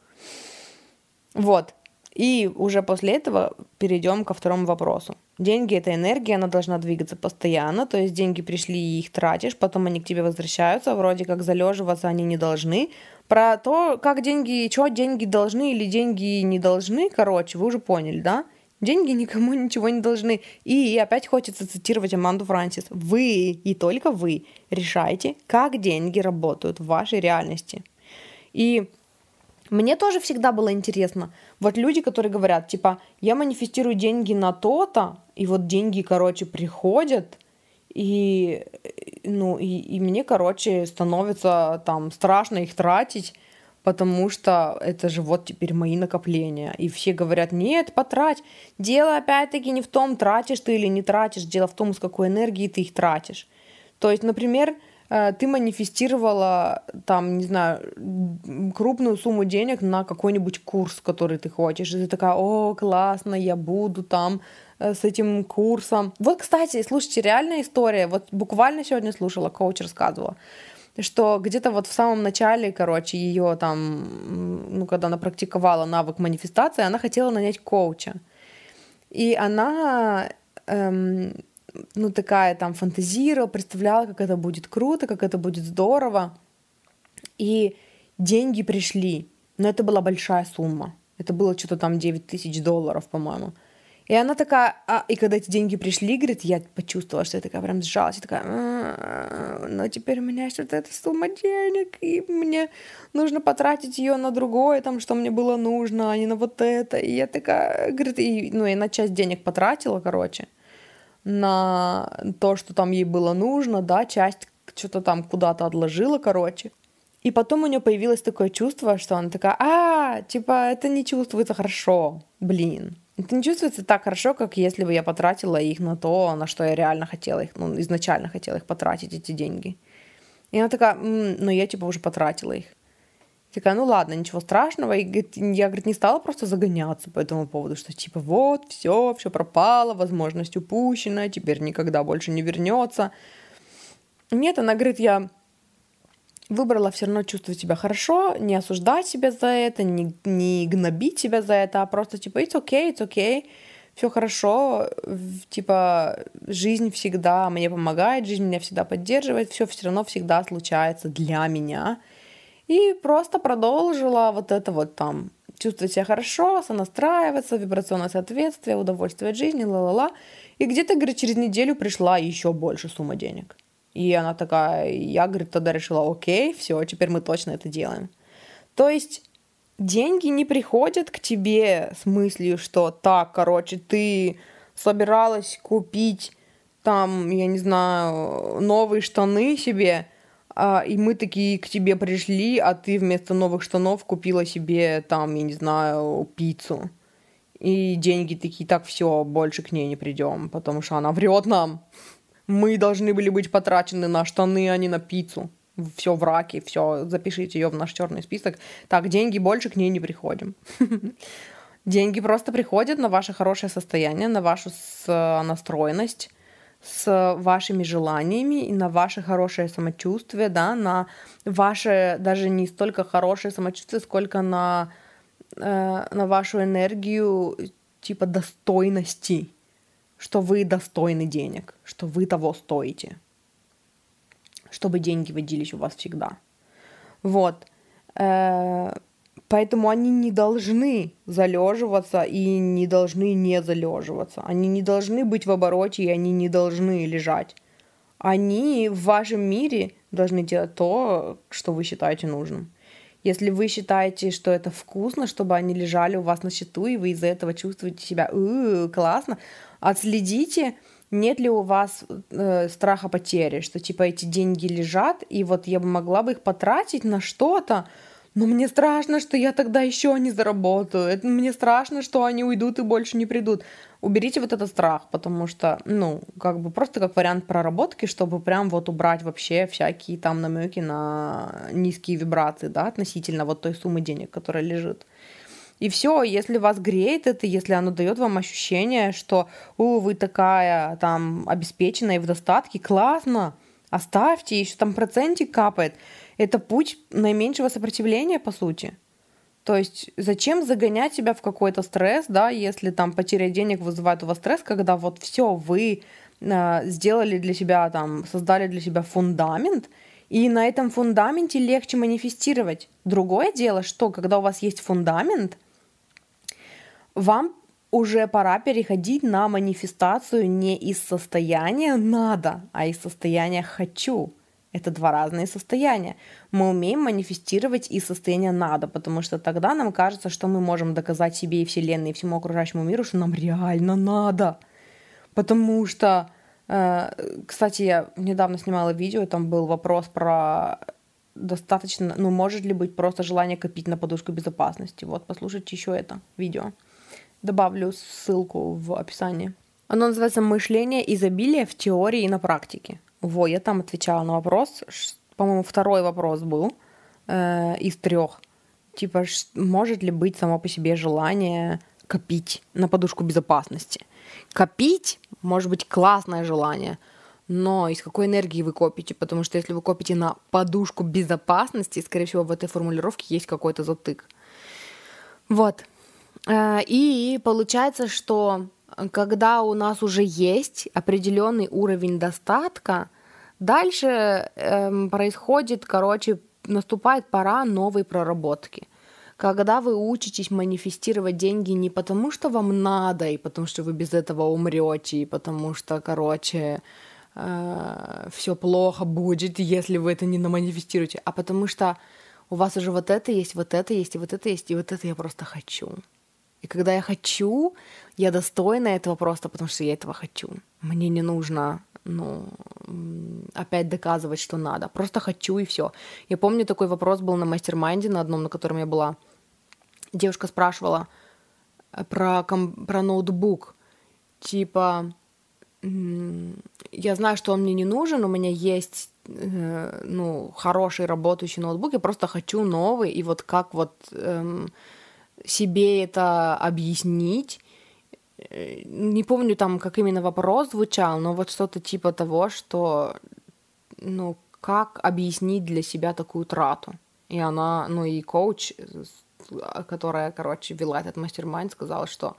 A: Вот. И уже после этого перейдем ко второму вопросу. Деньги — это энергия, она должна двигаться постоянно, то есть деньги пришли и их тратишь, потом они к тебе возвращаются, вроде как залеживаться они не должны. Про то, как деньги, что деньги должны или деньги не должны, короче, вы уже поняли, да? Деньги никому ничего не должны. И опять хочется цитировать Аманду Франсис. Вы и только вы решаете, как деньги работают в вашей реальности. И мне тоже всегда было интересно. Вот люди, которые говорят, типа, я манифестирую деньги на то-то, и вот деньги, короче, приходят, и ну, и, и мне, короче, становится там страшно их тратить, потому что это же вот теперь мои накопления. И все говорят, нет, потрать. Дело опять-таки не в том, тратишь ты или не тратишь, дело в том, с какой энергией ты их тратишь. То есть, например, ты манифестировала, там, не знаю, крупную сумму денег на какой-нибудь курс, который ты хочешь. И ты такая, о, классно, я буду там с этим курсом. Вот, кстати, слушайте, реальная история. Вот буквально сегодня слушала, коуч рассказывала, что где-то вот в самом начале, короче, ее там, ну, когда она практиковала навык манифестации, она хотела нанять коуча. И она, эм, ну, такая там фантазировала, представляла, как это будет круто, как это будет здорово. И деньги пришли, но это была большая сумма. Это было что-то там девять тысяч долларов, по-моему. И она такая, а, и когда эти деньги пришли, говорит, я почувствовала, что я такая прям сжалась, я такая, а, но теперь у меня есть вот эта сумма денег, и мне нужно потратить ее на другое, там, что мне было нужно, а не на вот это. И я такая, говорит, и, ну, и на часть денег потратила, короче, на то, что там ей было нужно, да, часть что-то там куда-то отложила, короче. И потом у нее появилось такое чувство, что она такая, а, типа, это не чувствуется хорошо, блин. Это не чувствуется так хорошо, как если бы я потратила их на то, на что я реально хотела их, ну, изначально хотела их потратить, эти деньги. И она такая, м-м, ну, я, типа, уже потратила их. Такая, ну, ладно, ничего страшного. И говорит, я, говорит, не стала просто загоняться по этому поводу, что, типа, вот, все, все пропало, возможность упущена, теперь никогда больше не вернется. Нет, она говорит, я выбрала все равно чувствовать себя хорошо, не осуждать себя за это, не, не гнобить себя за это, а просто типа it's okay, it's okay, все хорошо, типа жизнь всегда мне помогает, жизнь меня всегда поддерживает, все все равно всегда случается для меня. И просто продолжила вот это вот там чувствовать себя хорошо, сонастраиваться, вибрационное соответствие, удовольствие от жизни, ла-ла-ла. И где-то, говорит, через неделю пришла еще больше сумма денег. И она такая, я, говорит, тогда решила, окей, все, теперь мы точно это делаем. То есть деньги не приходят к тебе с мыслью, что так, короче, ты собиралась купить там, я не знаю, новые штаны себе, а, и мы такие к тебе пришли, а ты вместо новых штанов купила себе там, я не знаю, пиццу. И деньги такие, так, все, больше к ней не придем, потому что она врет нам. Мы должны были быть потрачены на штаны, а не на пиццу. Все в раке, все, запишите ее в наш черный список. Так, деньги больше к ней не приходим. Деньги просто приходят на ваше хорошее состояние, на вашу настроенность, с вашими желаниями и на ваше хорошее самочувствие, да, на ваше даже не столько хорошее самочувствие, сколько на, э, на вашу энергию типа достойности. Что вы достойны денег, что вы того стоите, чтобы деньги водились у вас всегда. Вот. Поэтому они не должны залеживаться и не должны не залеживаться. Они не должны быть в обороте, и они не должны лежать. Они в вашем мире должны делать то, что вы считаете нужным. Если вы считаете, что это вкусно, чтобы они лежали у вас на счету, и вы из-за этого чувствуете себя классно, отследите, нет ли у вас э, страха потери, что типа эти деньги лежат, и вот я бы могла бы их потратить на что-то, но мне страшно, что я тогда еще не заработаю, это, мне страшно, что они уйдут и больше не придут. Уберите вот этот страх, потому что, ну, как бы просто как вариант проработки, чтобы прям вот убрать вообще всякие там намеки на низкие вибрации, да, относительно вот той суммы денег, которая лежит. И все, если вас греет это, если оно дает вам ощущение, что у, вы такая там обеспеченная и в достатке, классно, оставьте, еще там процентик капает. Это путь наименьшего сопротивления, по сути. То есть зачем загонять себя в какой-то стресс, да, если там потеря денег вызывает у вас стресс, когда вот все, вы э, сделали для себя, там, создали для себя фундамент, и на этом фундаменте легче манифестировать. Другое дело, что когда у вас есть фундамент, вам уже пора переходить на манифестацию не из состояния «надо», а из состояния «хочу». Это два разные состояния. Мы умеем манифестировать из состояния «надо», потому что тогда нам кажется, что мы можем доказать себе и Вселенной, и всему окружающему миру, что нам реально надо. Потому что Кстати, я недавно снимала видео, там был вопрос про достаточно, ну, может ли быть просто желание копить на подушку безопасности. Вот, послушайте еще это видео. Добавлю ссылку в описании. Оно называется «Мышление изобилия в теории и на практике». Во, я там отвечала на вопрос. По-моему, второй вопрос был э, из трех. Типа, может ли быть само по себе желание копить на подушку безопасности? Копить может быть классное желание, но из какой энергии вы копите? Потому что если вы копите на подушку безопасности, скорее всего, в этой формулировке есть какой-то затык. Вот. И получается, что когда у нас уже есть определенный уровень достатка, дальше эм, происходит, короче, наступает пора новой проработки. Когда вы учитесь манифестировать деньги не потому, что вам надо, и потому что вы без этого умрете, и потому что, короче, э, все плохо будет, если вы это не наманифестируете, а потому что у вас уже вот это есть, вот это есть, и вот это есть, и вот это я просто хочу. И когда я хочу, я достойна этого просто, потому что я этого хочу. Мне не нужно, ну, опять доказывать, что надо. Просто хочу, и все. Я помню, такой вопрос был на мастер-майнде, на одном, на котором я была. Девушка спрашивала про, ком- про ноутбук. Типа, я знаю, что он мне не нужен, у меня есть, э, ну, хороший работающий ноутбук, я просто хочу новый, и вот как вот... Эм, себе это объяснить. Не помню там, как именно вопрос звучал, но вот что-то типа того, что, ну, как объяснить для себя такую трату. И она, ну, и коуч, которая, короче, вела этот мастер-майнд, сказала, что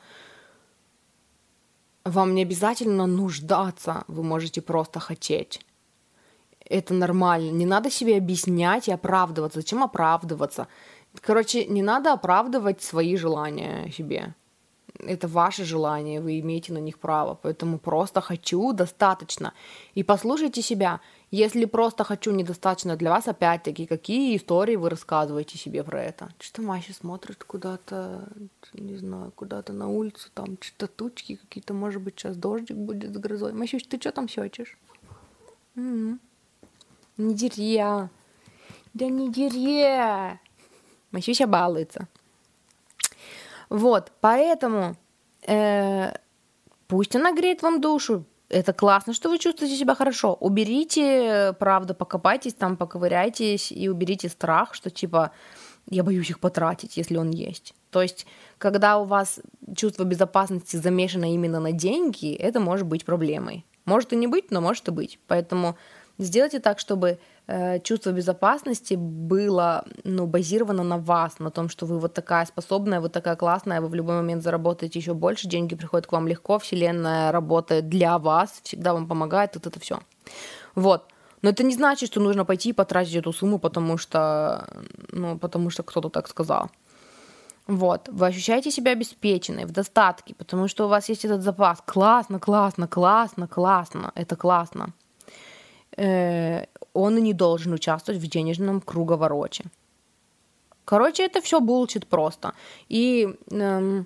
A: вам не обязательно нуждаться, вы можете просто хотеть. Это нормально. Не надо себе объяснять и оправдываться. Зачем оправдываться? Короче, не надо оправдывать свои желания себе. Это ваши желания, вы имеете на них право. Поэтому просто хочу достаточно. И послушайте себя. Если просто хочу недостаточно для вас, опять-таки, какие истории вы рассказываете себе про это? Что Маша смотрит куда-то, не знаю, куда-то на улицу, там что-то тучки какие-то, может быть, сейчас дождик будет с грозой. Масюш, ты что там сёчешь? М-м. Не дери. Да не дери. Масюся балуется. Вот, поэтому э, пусть она греет вам душу. Это классно, что вы чувствуете себя хорошо. Уберите, правда, покопайтесь там, поковыряйтесь и уберите страх, что типа я боюсь их потратить, если он есть. То есть, когда у вас чувство безопасности замешано именно на деньги, это может быть проблемой. Может и не быть, но может и быть. Поэтому сделайте так, чтобы э, чувство безопасности было, ну, базировано на вас, на том, что вы вот такая способная, вот такая классная, вы в любой момент заработаете еще больше, деньги приходят к вам легко, вселенная работает для вас, всегда вам помогает, вот это все. Вот. Но это не значит, что нужно пойти и потратить эту сумму, потому что, ну, потому что кто-то так сказал. Вот. Вы ощущаете себя обеспеченной, в достатке, потому что у вас есть этот запас. Классно, классно, классно, классно. Это классно. Он и не должен участвовать в денежном круговороте. Короче, это все булчит просто. И эм,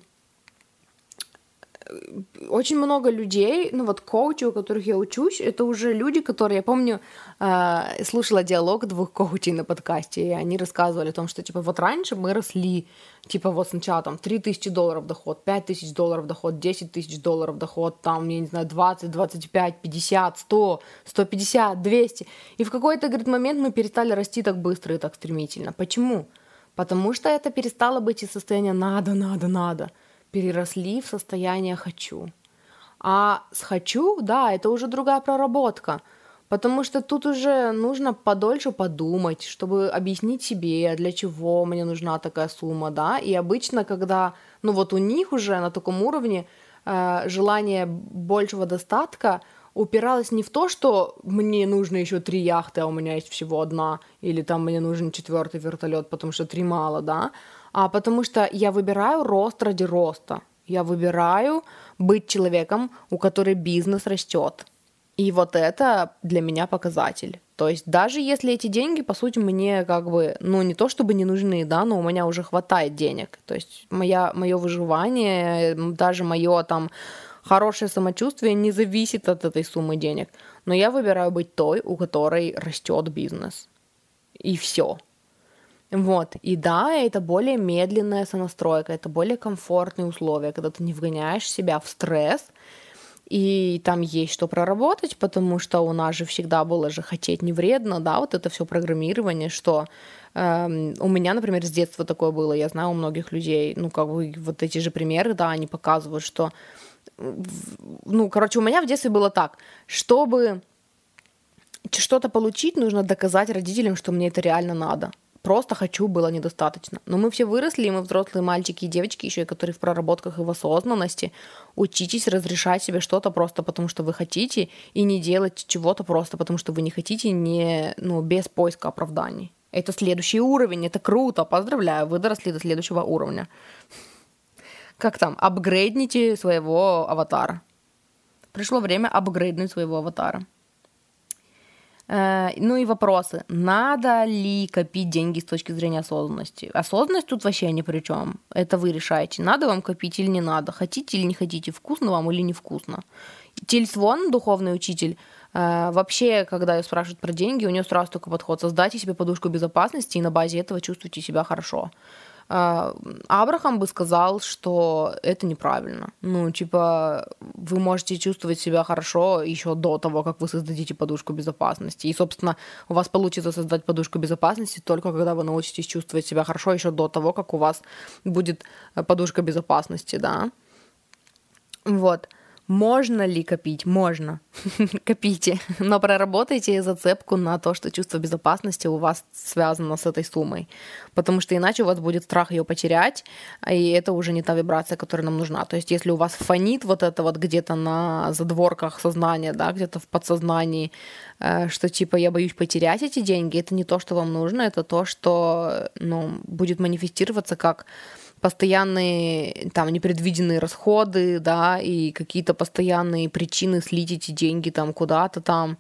A: очень много людей, ну вот коучи, у которых я учусь, это уже люди, которые, я помню, э, слушала диалог двух коучей на подкасте, и они рассказывали о том, что, типа, вот раньше мы росли, типа, вот сначала там три тысячи долларов доход, пять тысяч долларов доход, десять тысяч долларов доход, там, я не знаю, двадцать, двадцать пять, пятьдесят, сто, сто пятьдесят, двести. И в какой-то, говорит, момент мы перестали расти так быстро и так стремительно. Почему? Потому что это перестало быть из состояния «надо, надо, надо», переросли в состояние «хочу». А с «хочу», да, это уже другая проработка, потому что тут уже нужно подольше подумать, чтобы объяснить себе, для чего мне нужна такая сумма, да, и обычно, когда, ну вот у них уже на таком уровне э, желание большего достатка упиралось не в то, что мне нужно еще три яхты, а у меня есть всего одна, или там мне нужен четвертый вертолет, потому что три мало, да, а потому что я выбираю рост ради роста. Я выбираю быть человеком, у которого бизнес растет. И вот это для меня показатель. То есть даже если эти деньги, по сути, мне как бы, ну, не то чтобы не нужны, да, но у меня уже хватает денег. То есть моя, мое выживание, даже мое там Хорошее самочувствие не зависит от этой суммы денег, но я выбираю быть той, у которой растет бизнес. И все. Вот. И да, это более медленная сонастройка, это более комфортные условия, когда ты не вгоняешь себя в стресс, и там есть что проработать, потому что у нас же всегда было же хотеть не вредно, да, вот это все программирование, что э, у меня, например, с детства такое было, я знаю у многих людей, ну, как бы вот эти же примеры, да, они показывают, что, ну, короче, у меня в детстве было так, чтобы что-то получить, нужно доказать родителям, что мне это реально надо. Просто хочу было недостаточно. Но мы все выросли, и мы взрослые мальчики и девочки, еще и которые в проработках и в осознанности. Учитесь разрешать себе что-то просто потому, что вы хотите, и не делать чего-то просто потому, что вы не хотите, не, ну, без поиска оправданий. Это следующий уровень, это круто, поздравляю, вы доросли до следующего уровня. Как там? Апгрейдните своего аватара. Пришло время апгрейднуть своего аватара. Ну и вопросы. Надо ли копить деньги с точки зрения осознанности? Осознанность тут вообще ни при чем. Это вы решаете, надо вам копить или не надо, хотите или не хотите, вкусно вам или невкусно. Тильс Вон, духовный учитель, вообще, когда ее спрашивают про деньги, у нее сразу такой подход: создайте себе подушку безопасности и на базе этого чувствуйте себя хорошо. Абрахам бы сказал, что это неправильно. Ну, типа, вы можете чувствовать себя хорошо еще до того, как вы создадите подушку безопасности. И, собственно, у вас получится создать подушку безопасности только когда вы научитесь чувствовать себя хорошо еще до того, как у вас будет подушка безопасности, да. Вот. Можно ли копить? Можно. Копите. Но проработайте зацепку на то, что чувство безопасности у вас связано с этой суммой. Потому что иначе у вас будет страх ее потерять, и это уже не та вибрация, которая нам нужна. То есть если у вас фонит вот это вот где-то на задворках сознания, да, где-то в подсознании, что типа я боюсь потерять эти деньги, это не то, что вам нужно, это то, что, ну, будет манифестироваться как постоянные там непредвиденные расходы, да, и какие-то постоянные причины слить эти деньги там куда-то там.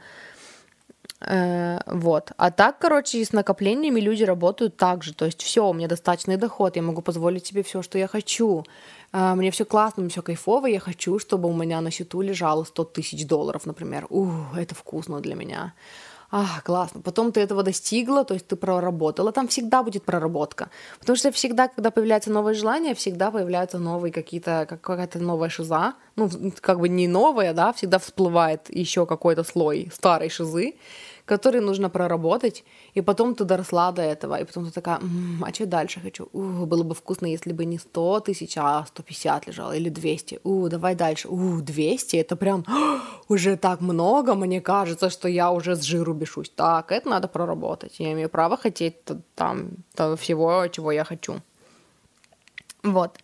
A: Э, вот. А так, короче, с накоплениями люди работают так же. То есть все, у меня достаточный доход, я могу позволить себе все, что я хочу. Э, мне все классно, мне все кайфово, я хочу, чтобы у меня на счету лежало сто тысяч долларов, например. Ух, это вкусно для меня. Ах, классно. Потом ты этого достигла, то есть ты проработала. Там всегда будет проработка. Потому что всегда, когда появляется новое желание, всегда появляются новые какие-то, какая-то новая шиза. Ну, как бы не новая, да, всегда всплывает еще какой-то слой старой шизы, который нужно проработать, и потом ты доросла до этого, и потом ты такая: м-м, а что дальше хочу? У, было бы вкусно, если бы не сто тысяч, а сто пятьдесят лежало, или двести. У, давай дальше. У, двести, это прям уже так много, мне кажется, что я уже с жиру бешусь. Так, это надо проработать. Я имею право хотеть там всего, чего я хочу. Вот.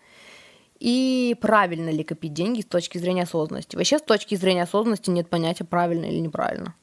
A: И правильно ли копить деньги с точки зрения осознанности? Вообще, с точки зрения осознанности нет понятия правильно или неправильно.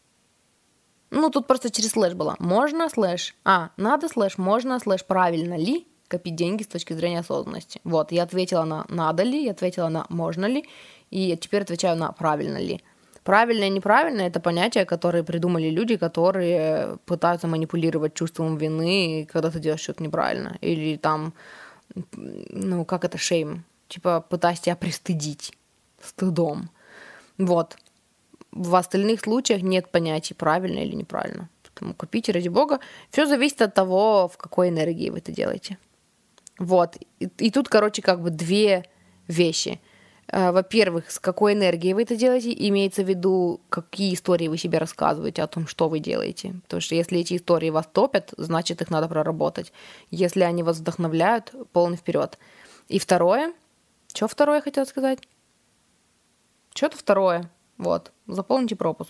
A: Ну, тут просто через слэш было. Можно слэш. А, надо слэш, можно слэш. Правильно ли копить деньги с точки зрения осознанности? Вот, я ответила на надо ли, я ответила на можно ли, и теперь отвечаю на правильно ли. Правильно и неправильно — это понятия, которые придумали люди, которые пытаются манипулировать чувством вины, когда ты делаешь что-то неправильно. Или там, ну, как это, шейм. Типа пытаясь тебя пристыдить стыдом. Вот. В остальных случаях нет понятия, правильно или неправильно. Поэтому копите, ради бога. Все зависит от того, в какой энергии вы это делаете. Вот. И, и тут, короче, как бы две вещи. Во-первых, с какой энергией вы это делаете, имеется в виду, какие истории вы себе рассказываете о том, что вы делаете. Потому что если эти истории вас топят, значит, их надо проработать. Если они вас вдохновляют, полный вперед. И второе. Что второе хотела сказать? Что-то второе. Вот, заполните пропуск.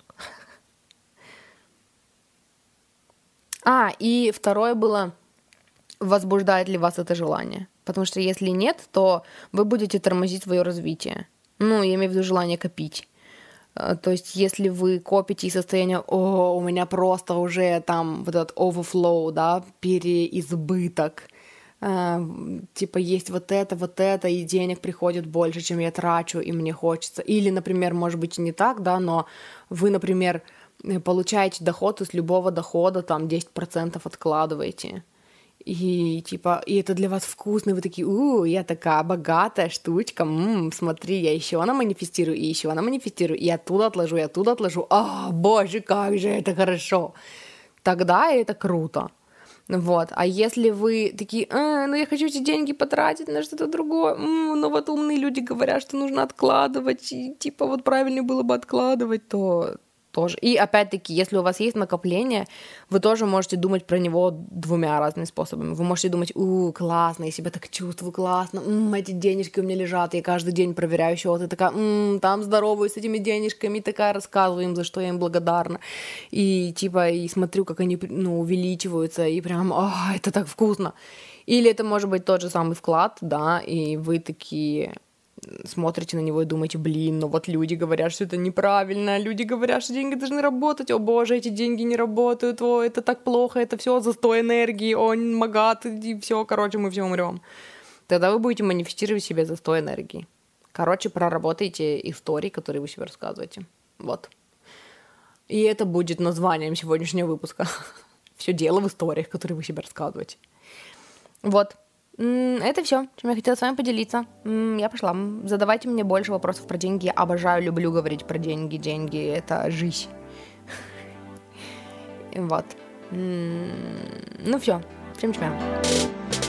A: А, и второе было, возбуждает ли вас это желание. Потому что если нет, то вы будете тормозить свое развитие. Ну, я имею в виду желание копить. То есть, если вы копите из состояния: о, у меня просто уже там вот этот overflow, да, переизбыток, Uh, типа есть вот это, вот это, и денег приходит больше, чем я трачу, и мне хочется. Или, например, может быть и не так, да, но вы, например, получаете доход из любого дохода, там десять процентов откладываете. И типа, и это для вас вкусно, и вы такие, у, я такая богатая штучка, м-м, смотри, я еще манифестирую, и еще манифестирую, и оттуда отложу, и оттуда отложу, а, боже, как же это хорошо. Тогда это круто. Вот. А если вы такие, а, ну я хочу эти деньги потратить на что-то другое, м, но вот умные люди говорят, что нужно откладывать, и типа вот правильнее было бы откладывать, то тоже. И опять-таки, если у вас есть накопление, вы тоже можете думать про него двумя разными способами. Вы можете думать, у, классно, я себя так чувствую, классно, м, эти денежки у меня лежат, я каждый день проверяю счет, и такая, м, там здороваюсь с этими денежками, и такая рассказываю им, за что я им благодарна. И типа, и смотрю, как они, ну, увеличиваются, и прям, а, это так вкусно. Или это может быть тот же самый вклад, да, и вы такие... смотрите на него и думаете, блин, ну вот люди говорят, что это неправильно, люди говорят, что деньги должны работать, о боже, эти деньги не работают, о, это так плохо, это все застой энергии, о, магат, и все, короче, мы все умрем. Тогда вы будете манифестировать себе застой энергии. Короче, проработайте истории, которые вы себе рассказываете. Вот. И это будет названием сегодняшнего выпуска. Все дело в историях, которые вы себе рассказываете. Вот. Это все, чем я хотела с вами поделиться. Я пошла. Задавайте мне больше вопросов про деньги. Я обожаю, люблю говорить про деньги. Деньги — это жизнь. Вот. Ну все. Всем чмя.